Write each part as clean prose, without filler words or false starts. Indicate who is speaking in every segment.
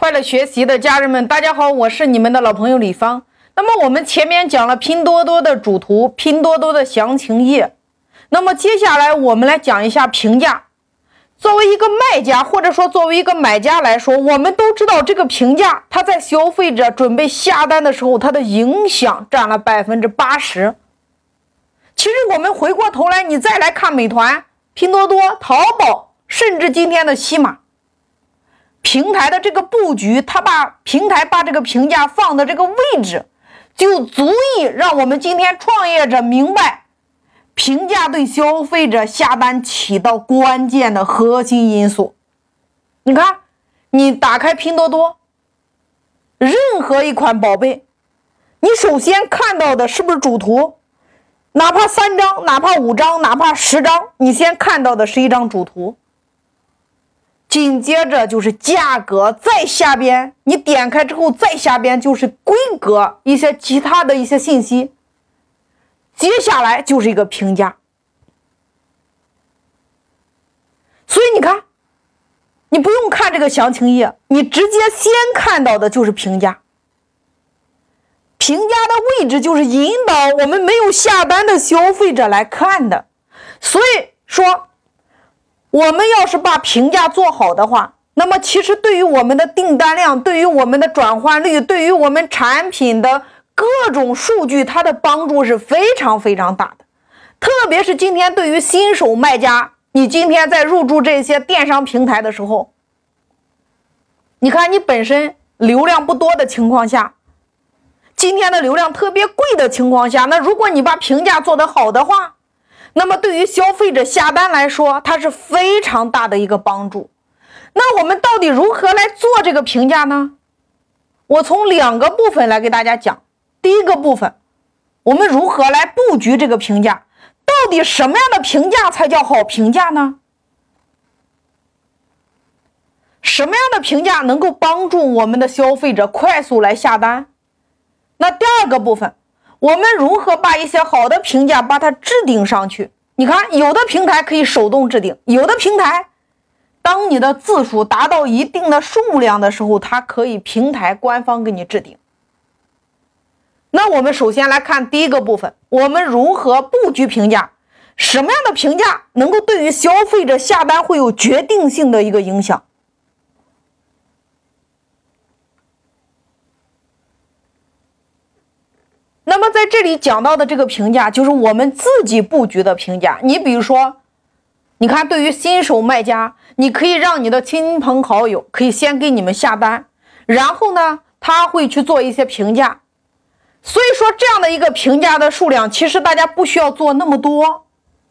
Speaker 1: 快乐学习的家人们，大家好，我是你们的老朋友李芳。那么我们前面讲了拼多多的主图，拼多多的详情页。那么接下来我们来讲一下评价。作为一个卖家，或者说作为一个买家来说，我们都知道这个评价，它在消费者准备下单的时候，它的影响占了80%。其实我们回过头来，你再来看美团、拼多多、淘宝，甚至今天的西马。平台的这个布局，平台把这个评价放的这个位置，就足以让我们今天创业者明白，评价对消费者下单起到关键的核心因素。你看，你打开拼多多，任何一款宝贝，你首先看到的是不是主图？哪怕3张，哪怕5张，哪怕10张，你先看到的是一张主图。紧接着就是价格，再下边你点开之后，再下边就是规格，一些其他的一些信息，接下来就是一个评价。所以你看，你不用看这个详情页，你直接先看到的就是评价。评价的位置就是引导我们没有下单的消费者来看的。所以说我们要是把评价做好的话，那么其实对于我们的订单量，对于我们的转换率，对于我们产品的各种数据，它的帮助是非常非常大的。特别是今天对于新手卖家，你今天在入驻这些电商平台的时候，你看你本身流量不多的情况下，今天的流量特别贵的情况下，那如果你把评价做得好的话，那么对于消费者下单来说，它是非常大的一个帮助。那我们到底如何来做这个评价呢？我从2个部分来给大家讲。第一个部分，我们如何来布局这个评价？到底什么样的评价才叫好评价呢？什么样的评价能够帮助我们的消费者快速来下单？那第2个部分，我们如何把一些好的评价把它置顶上去？你看，有的平台可以手动置顶，有的平台当你的字数达到一定的数量的时候，它可以平台官方给你置顶。那我们首先来看第一个部分，我们如何布局评价？什么样的评价能够对于消费者下单会有决定性的一个影响？那么在这里讲到的这个评价，就是我们自己布局的评价。你比如说，你看对于新手卖家，你可以让你的亲朋好友可以先给你们下单，然后呢，他会去做一些评价。所以说这样的一个评价的数量，其实大家不需要做那么多，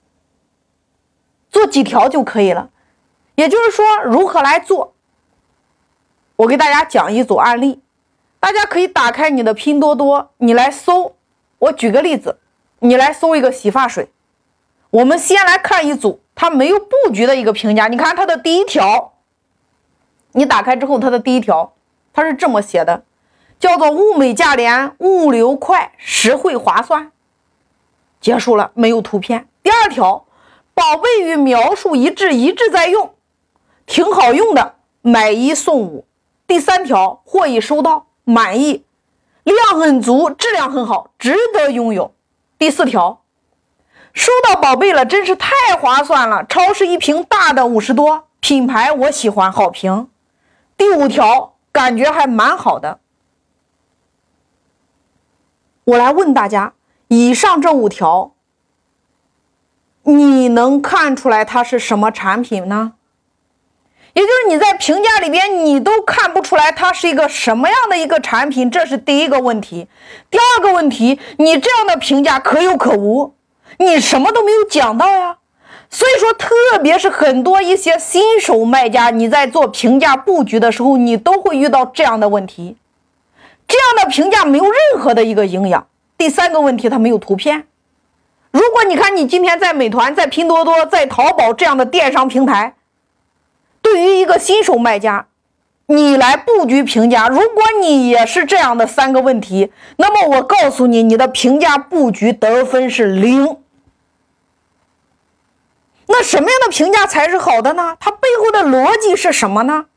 Speaker 1: 做几条就可以了。也就是说，如何来做？我给大家讲一组案例。大家可以打开你的拼多多，你来搜，我举个例子，你来搜一个洗发水。我们先来看一组它没有布局的一个评价。你看它的第一条，你打开之后，它的第一条它是这么写的，叫做物美价廉，物流快，实惠划算。结束了，没有图片。第2条，宝贝与描述一致，一致在用，挺好用的，买1送5。第3条，货已收到，满意，量很足，质量很好，值得拥有。第4条，收到宝贝了，真是太划算了，超市一瓶大的50多，品牌我喜欢，好评。第5条，感觉还蛮好的。我来问大家，以上这5条，你能看出来它是什么产品呢？也就是你在评价里边，你都看不出来它是一个什么样的一个产品，这是第一个问题。第2个问题，你这样的评价可有可无，你什么都没有讲到呀。所以说，特别是很多一些新手卖家，你在做评价布局的时候，你都会遇到这样的问题。这样的评价没有任何的一个营养。第3个问题，它没有图片。如果你看你今天在美团、在拼多多、在淘宝这样的电商平台，对于一个新手卖家，你来布局评价，如果你也是这样的3个问题，那么我告诉你，你的评价布局得分是0。那什么样的评价才是好的呢？它背后的逻辑是什么呢？